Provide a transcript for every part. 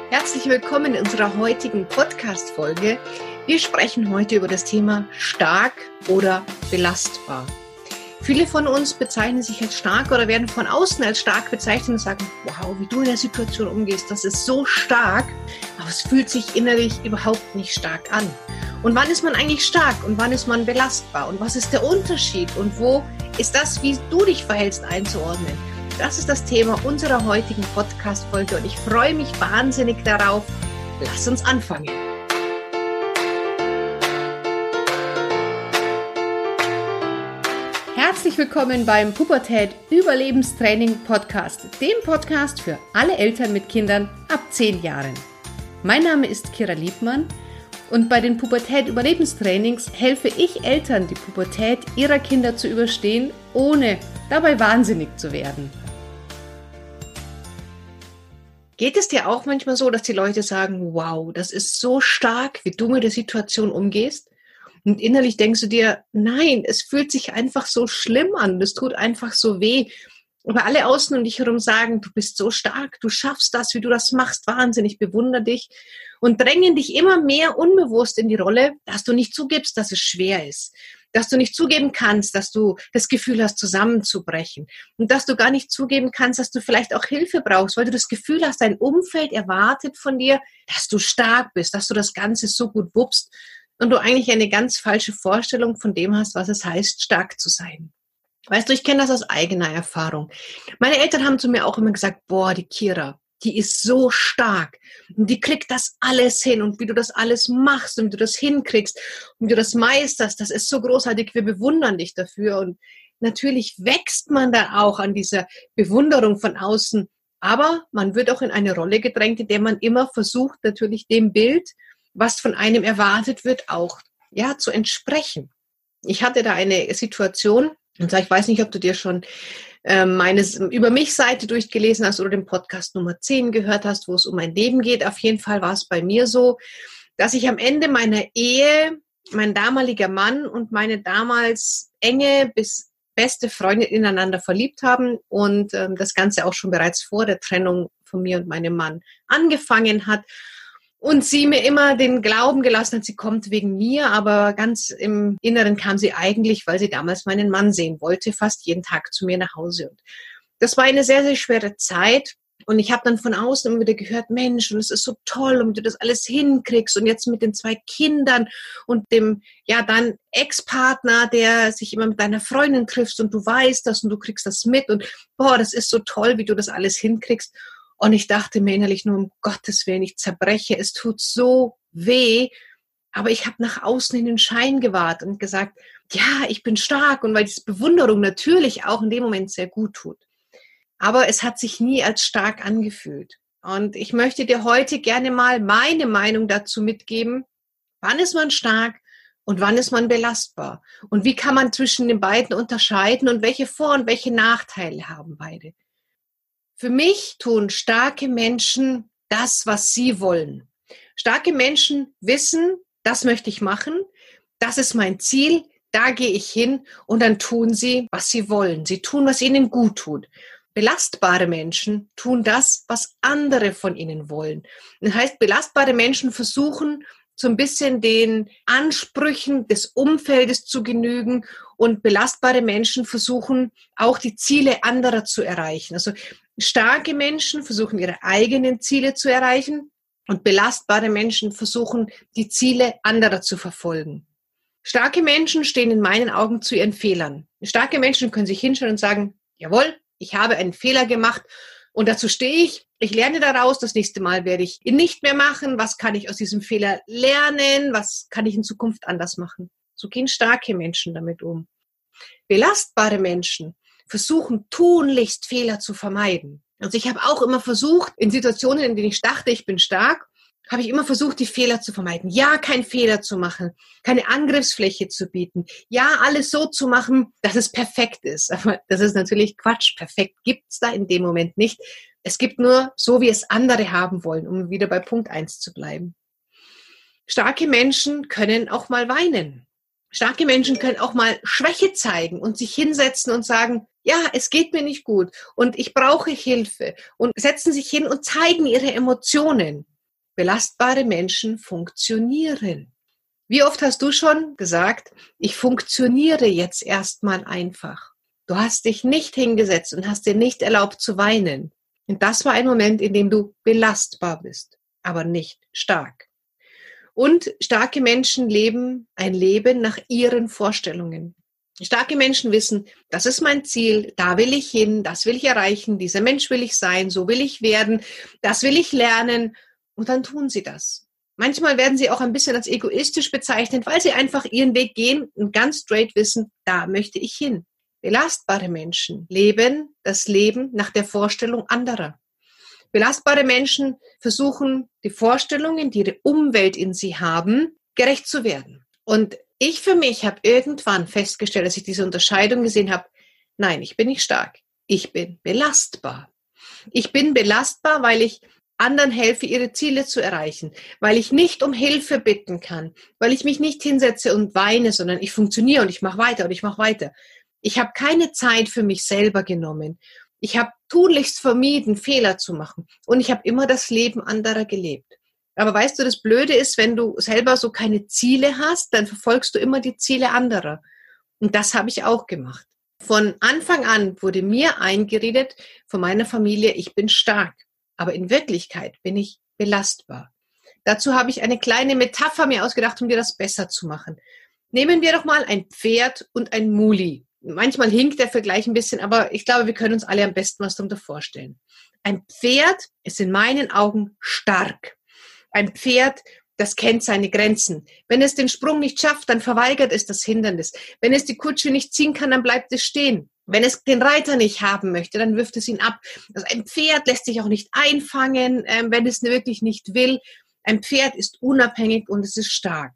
Herzlich willkommen in unserer heutigen Podcast-Folge. Wir sprechen heute über das Thema stark oder belastbar. Viele von uns bezeichnen sich als stark oder werden von außen als stark bezeichnet und sagen, wow, wie du in der Situation umgehst, das ist so stark, aber es fühlt sich innerlich überhaupt nicht stark an. Und wann ist man eigentlich stark und wann ist man belastbar? Und was ist der Unterschied? Und wo ist das, wie du dich verhältst, einzuordnen? Das ist das Thema unserer heutigen Podcast-Folge und ich freue mich wahnsinnig darauf. Lass uns anfangen. Herzlich willkommen beim Pubertät Überlebenstraining Podcast, dem Podcast für alle Eltern mit Kindern ab 10 Jahren. Mein Name ist Kira Liebmann und bei den Pubertät Überlebenstrainings helfe ich Eltern, die Pubertät ihrer Kinder zu überstehen, ohne dabei wahnsinnig zu werden. Geht es dir auch manchmal so, dass die Leute sagen, wow, das ist so stark, wie du mit der Situation umgehst? Und innerlich denkst du dir, nein, es fühlt sich einfach so schlimm an, es tut einfach so weh. Aber alle außen um dich herum sagen, du bist so stark, du schaffst das, wie du das machst, wahnsinnig, bewundere dich und drängen dich immer mehr unbewusst in die Rolle, dass du nicht zugibst, dass es schwer ist, dass du nicht zugeben kannst, dass du das Gefühl hast, zusammenzubrechen und dass du gar nicht zugeben kannst, dass du vielleicht auch Hilfe brauchst, weil du das Gefühl hast, dein Umfeld erwartet von dir, dass du stark bist, dass du das Ganze so gut wuppst und du eigentlich eine ganz falsche Vorstellung von dem hast, was es heißt, stark zu sein. Weißt du, ich kenne das aus eigener Erfahrung. Meine Eltern haben zu mir auch immer gesagt, boah, die Kira, die ist so stark und die kriegt das alles hin und wie du das alles machst und wie du das hinkriegst und wie du das meisterst, das ist so großartig, wir bewundern dich dafür und natürlich wächst man da auch an dieser Bewunderung von außen, aber man wird auch in eine Rolle gedrängt, in der man immer versucht, natürlich dem Bild, was von einem erwartet wird, auch zu entsprechen. Ich hatte da eine Situation, und ich weiß nicht, ob du dir schon meine Über mich Seite durchgelesen hast oder den Podcast Nummer 10 gehört hast, wo es um mein Leben geht. Auf jeden Fall war es bei mir so, dass ich am Ende meiner Ehe, mein damaliger Mann und meine damals enge bis beste Freundin ineinander verliebt haben und das Ganze auch schon bereits vor der Trennung von mir und meinem Mann angefangen hat. Und sie mir immer den Glauben gelassen hat, sie kommt wegen mir, aber ganz im Inneren kam sie eigentlich, weil sie damals meinen Mann sehen wollte, fast jeden Tag zu mir nach Hause. Und das war eine sehr, sehr schwere Zeit. Und ich habe dann von außen immer wieder gehört, Mensch, und es ist so toll, und wie du das alles hinkriegst. Und jetzt mit den 2 Kindern und dem, dann Ex-Partner, der sich immer mit deiner Freundin trifft und du weißt das und du kriegst das mit. Und boah, das ist so toll, wie du das alles hinkriegst. Und ich dachte mir innerlich nur, um Gottes Willen, ich zerbreche, es tut so weh. Aber ich habe nach außen in den Schein gewahrt und gesagt, ja, ich bin stark. Und weil diese Bewunderung natürlich auch in dem Moment sehr gut tut. Aber es hat sich nie als stark angefühlt. Und ich möchte dir heute gerne mal meine Meinung dazu mitgeben. Wann ist man stark und wann ist man belastbar? Und wie kann man zwischen den beiden unterscheiden und welche Vor- und welche Nachteile haben beide? Für mich tun starke Menschen das, was sie wollen. Starke Menschen wissen, das möchte ich machen, das ist mein Ziel, da gehe ich hin und dann tun sie, was sie wollen. Sie tun, was ihnen gut tut. Belastbare Menschen tun das, was andere von ihnen wollen. Das heißt, belastbare Menschen versuchen, so ein bisschen den Ansprüchen des Umfeldes zu genügen und belastbare Menschen versuchen, auch die Ziele anderer zu erreichen. Also starke Menschen versuchen, ihre eigenen Ziele zu erreichen und belastbare Menschen versuchen, die Ziele anderer zu verfolgen. Starke Menschen stehen in meinen Augen zu ihren Fehlern. Starke Menschen können sich hinschauen und sagen, jawohl, ich habe einen Fehler gemacht und dazu stehe ich. Ich lerne daraus, das nächste Mal werde ich ihn nicht mehr machen. Was kann ich aus diesem Fehler lernen? Was kann ich in Zukunft anders machen? So gehen starke Menschen damit um. Belastbare Menschen versuchen tunlichst Fehler zu vermeiden. Also ich habe auch immer versucht, in Situationen, in denen ich dachte, ich bin stark, habe ich immer versucht, die Fehler zu vermeiden. Ja, keinen Fehler zu machen, keine Angriffsfläche zu bieten. Ja, alles so zu machen, dass es perfekt ist. Aber das ist natürlich Quatsch. Perfekt gibt's da in dem Moment nicht. Es gibt nur so, wie es andere haben wollen, um wieder bei Punkt 1 zu bleiben. Starke Menschen können auch mal weinen. Starke Menschen können auch mal Schwäche zeigen und sich hinsetzen und sagen, ja, es geht mir nicht gut und ich brauche Hilfe und setzen sich hin und zeigen ihre Emotionen. Belastbare Menschen funktionieren. Wie oft hast du schon gesagt, ich funktioniere jetzt erstmal einfach. Du hast dich nicht hingesetzt und hast dir nicht erlaubt zu weinen. Und das war ein Moment, in dem du belastbar bist, aber nicht stark. Und starke Menschen leben ein Leben nach ihren Vorstellungen. Starke Menschen wissen, das ist mein Ziel, da will ich hin, das will ich erreichen, dieser Mensch will ich sein, so will ich werden, das will ich lernen. Und dann tun sie das. Manchmal werden sie auch ein bisschen als egoistisch bezeichnet, weil sie einfach ihren Weg gehen und ganz straight wissen, da möchte ich hin. Belastbare Menschen leben das Leben nach der Vorstellung anderer. Belastbare Menschen versuchen, die Vorstellungen, die ihre Umwelt in sie haben, gerecht zu werden. Und ich für mich habe irgendwann festgestellt, dass ich diese Unterscheidung gesehen habe, nein, ich bin nicht stark, ich bin belastbar. Ich bin belastbar, weil ich anderen helfe, ihre Ziele zu erreichen, weil ich nicht um Hilfe bitten kann, weil ich mich nicht hinsetze und weine, sondern ich funktioniere und ich mache weiter und ich mache weiter. Ich habe keine Zeit für mich selber genommen. Ich habe tunlichst vermieden, Fehler zu machen. Und ich habe immer das Leben anderer gelebt. Aber weißt du, das Blöde ist, wenn du selber so keine Ziele hast, dann verfolgst du immer die Ziele anderer. Und das habe ich auch gemacht. Von Anfang an wurde mir eingeredet von meiner Familie, ich bin stark. Aber in Wirklichkeit bin ich belastbar. Dazu habe ich eine kleine Metapher mir ausgedacht, um dir das besser zu machen. Nehmen wir doch mal ein Pferd und ein Muli. Manchmal hinkt der Vergleich ein bisschen, aber ich glaube, wir können uns alle am besten was darunter vorstellen. Ein Pferd ist in meinen Augen stark. Ein Pferd, das kennt seine Grenzen. Wenn es den Sprung nicht schafft, dann verweigert es das Hindernis. Wenn es die Kutsche nicht ziehen kann, dann bleibt es stehen. Wenn es den Reiter nicht haben möchte, dann wirft es ihn ab. Also ein Pferd lässt sich auch nicht einfangen, wenn es wirklich nicht will. Ein Pferd ist unabhängig und es ist stark.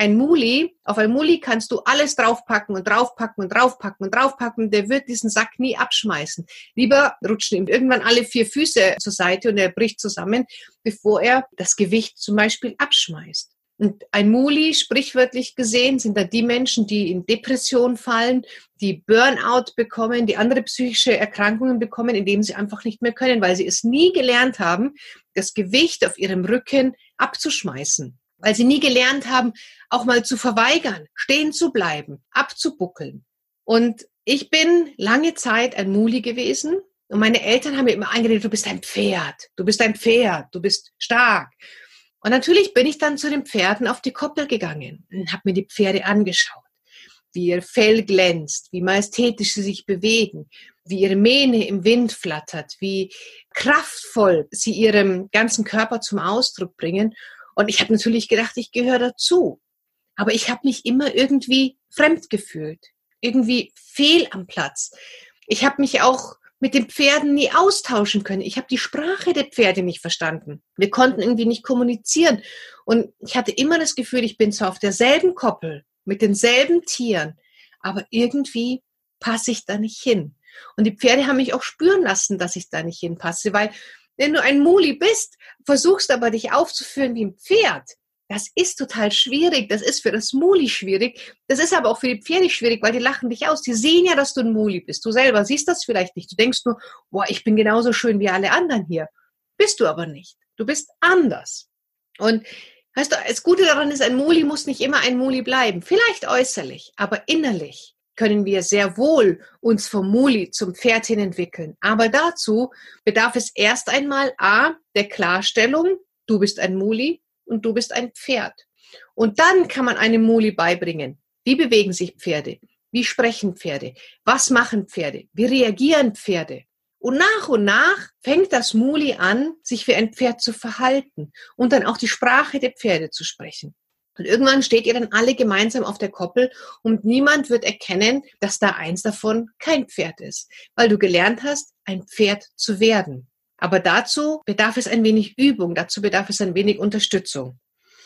Auf ein Muli kannst du alles draufpacken und draufpacken und draufpacken und draufpacken. Der wird diesen Sack nie abschmeißen. Lieber rutschen ihm irgendwann alle 4 Füße zur Seite und er bricht zusammen, bevor er das Gewicht zum Beispiel abschmeißt. Und ein Muli, sprichwörtlich gesehen, sind da die Menschen, die in Depression fallen, die Burnout bekommen, die andere psychische Erkrankungen bekommen, indem sie einfach nicht mehr können, weil sie es nie gelernt haben, das Gewicht auf ihrem Rücken abzuschmeißen. Weil sie nie gelernt haben, auch mal zu verweigern, stehen zu bleiben, abzubuckeln. Und ich bin lange Zeit ein Muli gewesen und meine Eltern haben mir immer eingeredet, du bist ein Pferd, du bist ein Pferd, du bist stark. Und natürlich bin ich dann zu den Pferden auf die Koppel gegangen und habe mir die Pferde angeschaut, wie ihr Fell glänzt, wie majestätisch sie sich bewegen, wie ihre Mähne im Wind flattert, wie kraftvoll sie ihrem ganzen Körper zum Ausdruck bringen. Und ich habe natürlich gedacht, ich gehöre dazu. Aber ich habe mich immer irgendwie fremd gefühlt, irgendwie fehl am Platz. Ich habe mich auch mit den Pferden nie austauschen können. Ich habe die Sprache der Pferde nicht verstanden. Wir konnten irgendwie nicht kommunizieren. Und ich hatte immer das Gefühl, ich bin zwar auf derselben Koppel, mit denselben Tieren, aber irgendwie passe ich da nicht hin. Und die Pferde haben mich auch spüren lassen, dass ich da nicht hinpasse, weil wenn du ein Muli bist, versuchst aber dich aufzuführen wie ein Pferd, das ist total schwierig. Das ist für das Muli schwierig. Das ist aber auch für die Pferde schwierig, weil die lachen dich aus. Die sehen ja, dass du ein Muli bist. Du selber siehst das vielleicht nicht. Du denkst nur, boah, ich bin genauso schön wie alle anderen hier. Bist du aber nicht. Du bist anders. Und weißt du, das Gute daran ist, ein Muli muss nicht immer ein Muli bleiben. Vielleicht äußerlich, aber innerlich können wir sehr wohl uns vom Muli zum Pferd hin entwickeln. Aber dazu bedarf es erst einmal der Klarstellung, du bist ein Muli und du bist ein Pferd. Und dann kann man einem Muli beibringen, wie bewegen sich Pferde, wie sprechen Pferde, was machen Pferde, wie reagieren Pferde. Und nach fängt das Muli an, sich wie ein Pferd zu verhalten und dann auch die Sprache der Pferde zu sprechen. Und irgendwann steht ihr dann alle gemeinsam auf der Koppel und niemand wird erkennen, dass da eins davon kein Pferd ist, weil du gelernt hast, ein Pferd zu werden. Aber dazu bedarf es ein wenig Übung, dazu bedarf es ein wenig Unterstützung.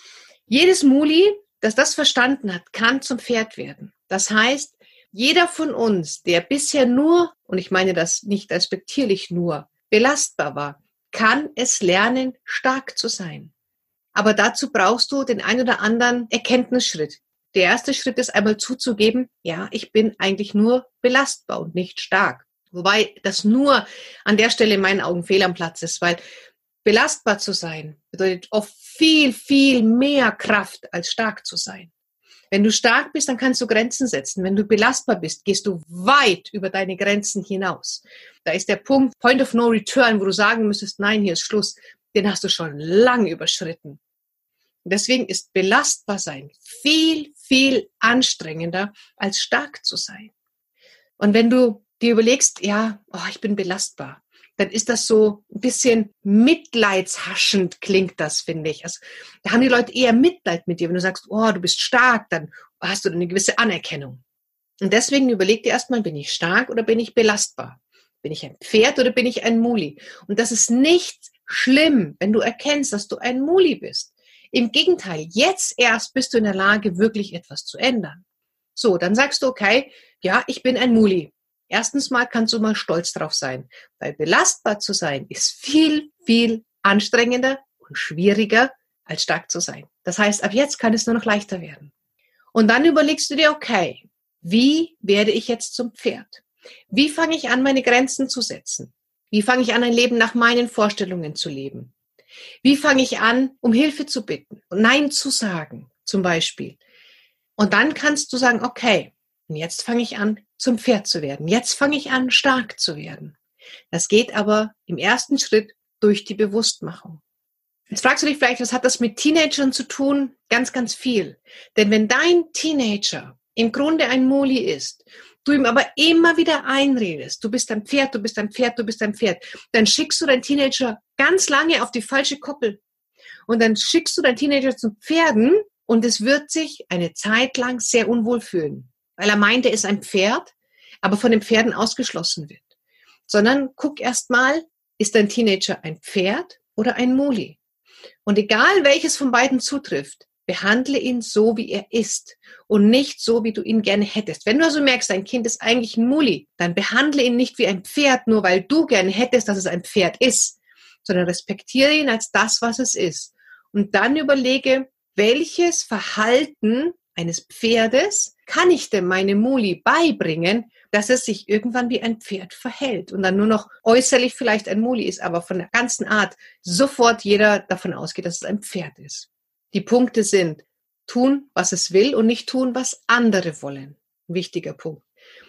Jedes Muli, das das verstanden hat, kann zum Pferd werden. Das heißt, jeder von uns, der bisher nur, und ich meine das nicht respektierlich nur, belastbar war, kann es lernen, stark zu sein. Aber dazu brauchst du den ein oder anderen Erkenntnisschritt. Der erste Schritt ist einmal zuzugeben, ja, ich bin eigentlich nur belastbar und nicht stark. Wobei das nur an der Stelle in meinen Augen fehl am Platz ist, weil belastbar zu sein bedeutet oft viel, viel mehr Kraft, als stark zu sein. Wenn du stark bist, dann kannst du Grenzen setzen. Wenn du belastbar bist, gehst du weit über deine Grenzen hinaus. Da ist der Punkt, Point of No Return, wo du sagen müsstest, nein, hier ist Schluss. Den hast du schon lang überschritten. Und deswegen ist belastbar sein viel, viel anstrengender, als stark zu sein. Und wenn du dir überlegst, ja, ich bin belastbar, dann ist das so ein bisschen mitleidshaschend, klingt das, finde ich. Also, da haben die Leute eher Mitleid mit dir. Wenn du sagst, du bist stark, dann hast du eine gewisse Anerkennung. Und deswegen überleg dir erstmal, bin ich stark oder bin ich belastbar? Bin ich ein Pferd oder bin ich ein Muli? Und das ist nicht schlimm, wenn du erkennst, dass du ein Muli bist. Im Gegenteil, jetzt erst bist du in der Lage, wirklich etwas zu ändern. So, dann sagst du, okay, ja, ich bin ein Muli. Erstens mal kannst du mal stolz drauf sein, weil belastbar zu sein ist viel, viel anstrengender und schwieriger, als stark zu sein. Das heißt, ab jetzt kann es nur noch leichter werden. Und dann überlegst du dir, okay, wie werde ich jetzt zum Pferd? Wie fange ich an, meine Grenzen zu setzen? Wie fange ich an, ein Leben nach meinen Vorstellungen zu leben? Wie fange ich an, um Hilfe zu bitten und Nein zu sagen, zum Beispiel? Und dann kannst du sagen, okay, und jetzt fange ich an, zum Pferd zu werden. Jetzt fange ich an, stark zu werden. Das geht aber im ersten Schritt durch die Bewusstmachung. Jetzt fragst du dich vielleicht, was hat das mit Teenagern zu tun? Ganz, ganz viel. Denn wenn dein Teenager im Grunde ein Muli ist, du ihm aber immer wieder einredest, du bist ein Pferd, du bist ein Pferd, du bist ein Pferd, dann schickst du deinen Teenager ganz lange auf die falsche Koppel. Und dann schickst du deinen Teenager zum Pferden und es wird sich eine Zeit lang sehr unwohl fühlen. Weil er meint, er ist ein Pferd, aber von den Pferden ausgeschlossen wird. Sondern guck erst mal, ist dein Teenager ein Pferd oder ein Muli? Und egal, welches von beiden zutrifft, behandle ihn so, wie er ist und nicht so, wie du ihn gerne hättest. Wenn du also merkst, dein Kind ist eigentlich ein Muli, dann behandle ihn nicht wie ein Pferd, nur weil du gerne hättest, dass es ein Pferd ist, sondern respektiere ihn als das, was es ist. Und dann überlege, welches Verhalten eines Pferdes kann ich denn meinem Muli beibringen, dass es sich irgendwann wie ein Pferd verhält und dann nur noch äußerlich vielleicht ein Muli ist, aber von der ganzen Art sofort jeder davon ausgeht, dass es ein Pferd ist. Die Punkte sind, tun, was es will und nicht tun, was andere wollen. Ein wichtiger Punkt.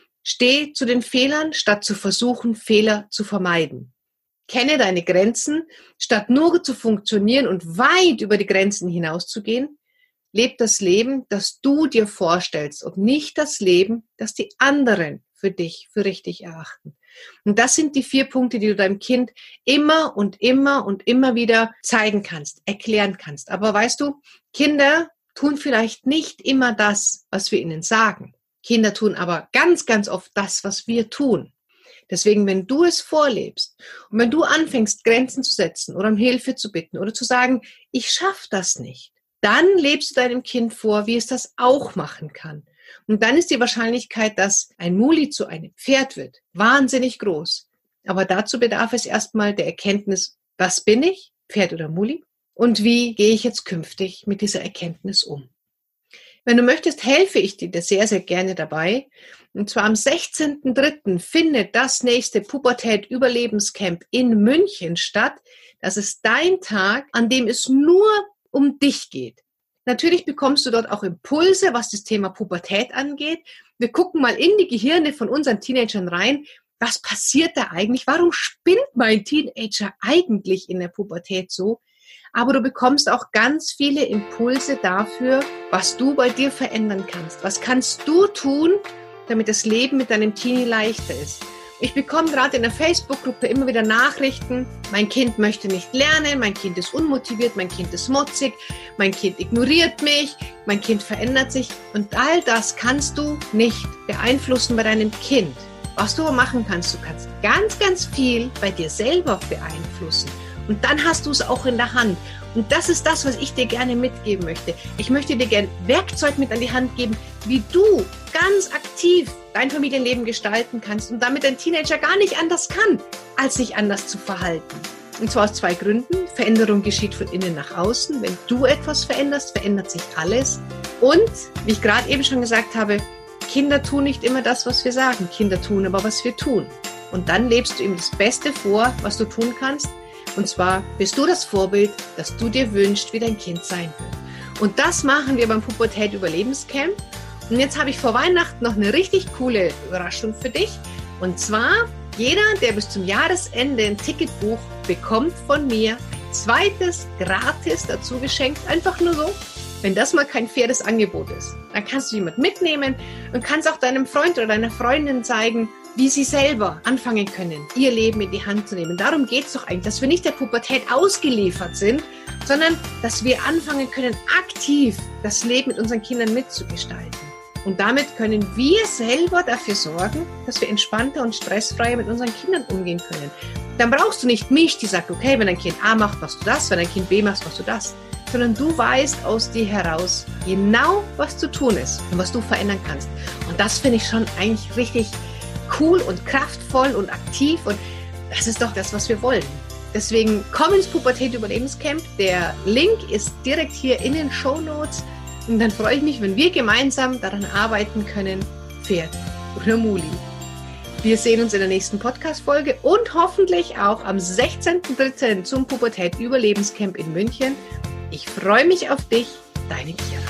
Steh zu den Fehlern, statt zu versuchen, Fehler zu vermeiden. Kenne deine Grenzen, statt nur zu funktionieren und weit über die Grenzen hinauszugehen. Leb das Leben, das du dir vorstellst und nicht das Leben, das die anderen für dich für richtig erachten. Und das sind die 4 Punkte, die du deinem Kind immer und immer und immer wieder zeigen kannst, erklären kannst. Aber weißt du, Kinder tun vielleicht nicht immer das, was wir ihnen sagen. Kinder tun aber ganz, ganz oft das, was wir tun. Deswegen, wenn du es vorlebst und wenn du anfängst, Grenzen zu setzen oder um Hilfe zu bitten oder zu sagen, ich schaffe das nicht, dann lebst du deinem Kind vor, wie es das auch machen kann. Und dann ist die Wahrscheinlichkeit, dass ein Muli zu einem Pferd wird, wahnsinnig groß. Aber dazu bedarf es erstmal der Erkenntnis, was bin ich, Pferd oder Muli? Und wie gehe ich jetzt künftig mit dieser Erkenntnis um? Wenn du möchtest, helfe ich dir sehr, sehr gerne dabei. Und zwar am 16.03. findet das nächste Pubertät-Überlebenscamp in München statt. Das ist dein Tag, an dem es nur um dich geht. Natürlich bekommst du dort auch Impulse, was das Thema Pubertät angeht. Wir gucken mal in die Gehirne von unseren Teenagern rein. Was passiert da eigentlich? Warum spinnt mein Teenager eigentlich in der Pubertät so? Aber du bekommst auch ganz viele Impulse dafür, was du bei dir verändern kannst. Was kannst du tun, damit das Leben mit deinem Teenie leichter ist? Ich bekomme gerade in der Facebook-Gruppe immer wieder Nachrichten, mein Kind möchte nicht lernen, mein Kind ist unmotiviert, mein Kind ist motzig, mein Kind ignoriert mich, mein Kind verändert sich. Und all das kannst du nicht beeinflussen bei deinem Kind. Was du aber machen kannst, du kannst ganz, ganz viel bei dir selber beeinflussen. Und dann hast du es auch in der Hand. Und das ist das, was ich dir gerne mitgeben möchte. Ich möchte dir gerne Werkzeug mit an die Hand geben, wie du ganz aktiv dein Familienleben gestalten kannst und damit dein Teenager gar nicht anders kann, als sich anders zu verhalten. Und zwar aus 2 Gründen. Veränderung geschieht von innen nach außen. Wenn du etwas veränderst, verändert sich alles. Und, wie ich gerade eben schon gesagt habe, Kinder tun nicht immer das, was wir sagen. Kinder tun aber, was wir tun. Und dann lebst du ihm das Beste vor, was du tun kannst, Und zwar bist du das Vorbild, das du dir wünschst, wie dein Kind sein wird. Und das machen wir beim Pubertät-Überlebenscamp. Und jetzt habe ich vor Weihnachten noch eine richtig coole Überraschung für dich. Und zwar, jeder, der bis zum Jahresende ein Ticket bucht, bekommt von mir ein zweites gratis dazu geschenkt. Einfach nur so, wenn das mal kein faires Angebot ist. Dann kannst du jemand mitnehmen und kannst auch deinem Freund oder deiner Freundin zeigen, wie sie selber anfangen können, ihr Leben in die Hand zu nehmen. Darum geht es doch eigentlich, dass wir nicht der Pubertät ausgeliefert sind, sondern dass wir anfangen können, aktiv das Leben mit unseren Kindern mitzugestalten. Und damit können wir selber dafür sorgen, dass wir entspannter und stressfreier mit unseren Kindern umgehen können. Dann brauchst du nicht mich, die sagt, okay, wenn dein Kind A macht, machst du das, wenn dein Kind B macht, machst du das. Sondern du weißt aus dir heraus genau, was zu tun ist und was du verändern kannst. Und das finde ich schon eigentlich richtig cool und kraftvoll und aktiv. Und das ist doch das, was wir wollen. Deswegen komm ins Pubertät-Überlebenscamp. Der Link ist direkt hier in den Shownotes. Und dann freue ich mich, wenn wir gemeinsam daran arbeiten können, Pferd oder Muli. Wir sehen uns in der nächsten Podcast-Folge und hoffentlich auch am 16.03. zum Pubertät-Überlebenscamp in München. Ich freue mich auf dich, deine Kirsten.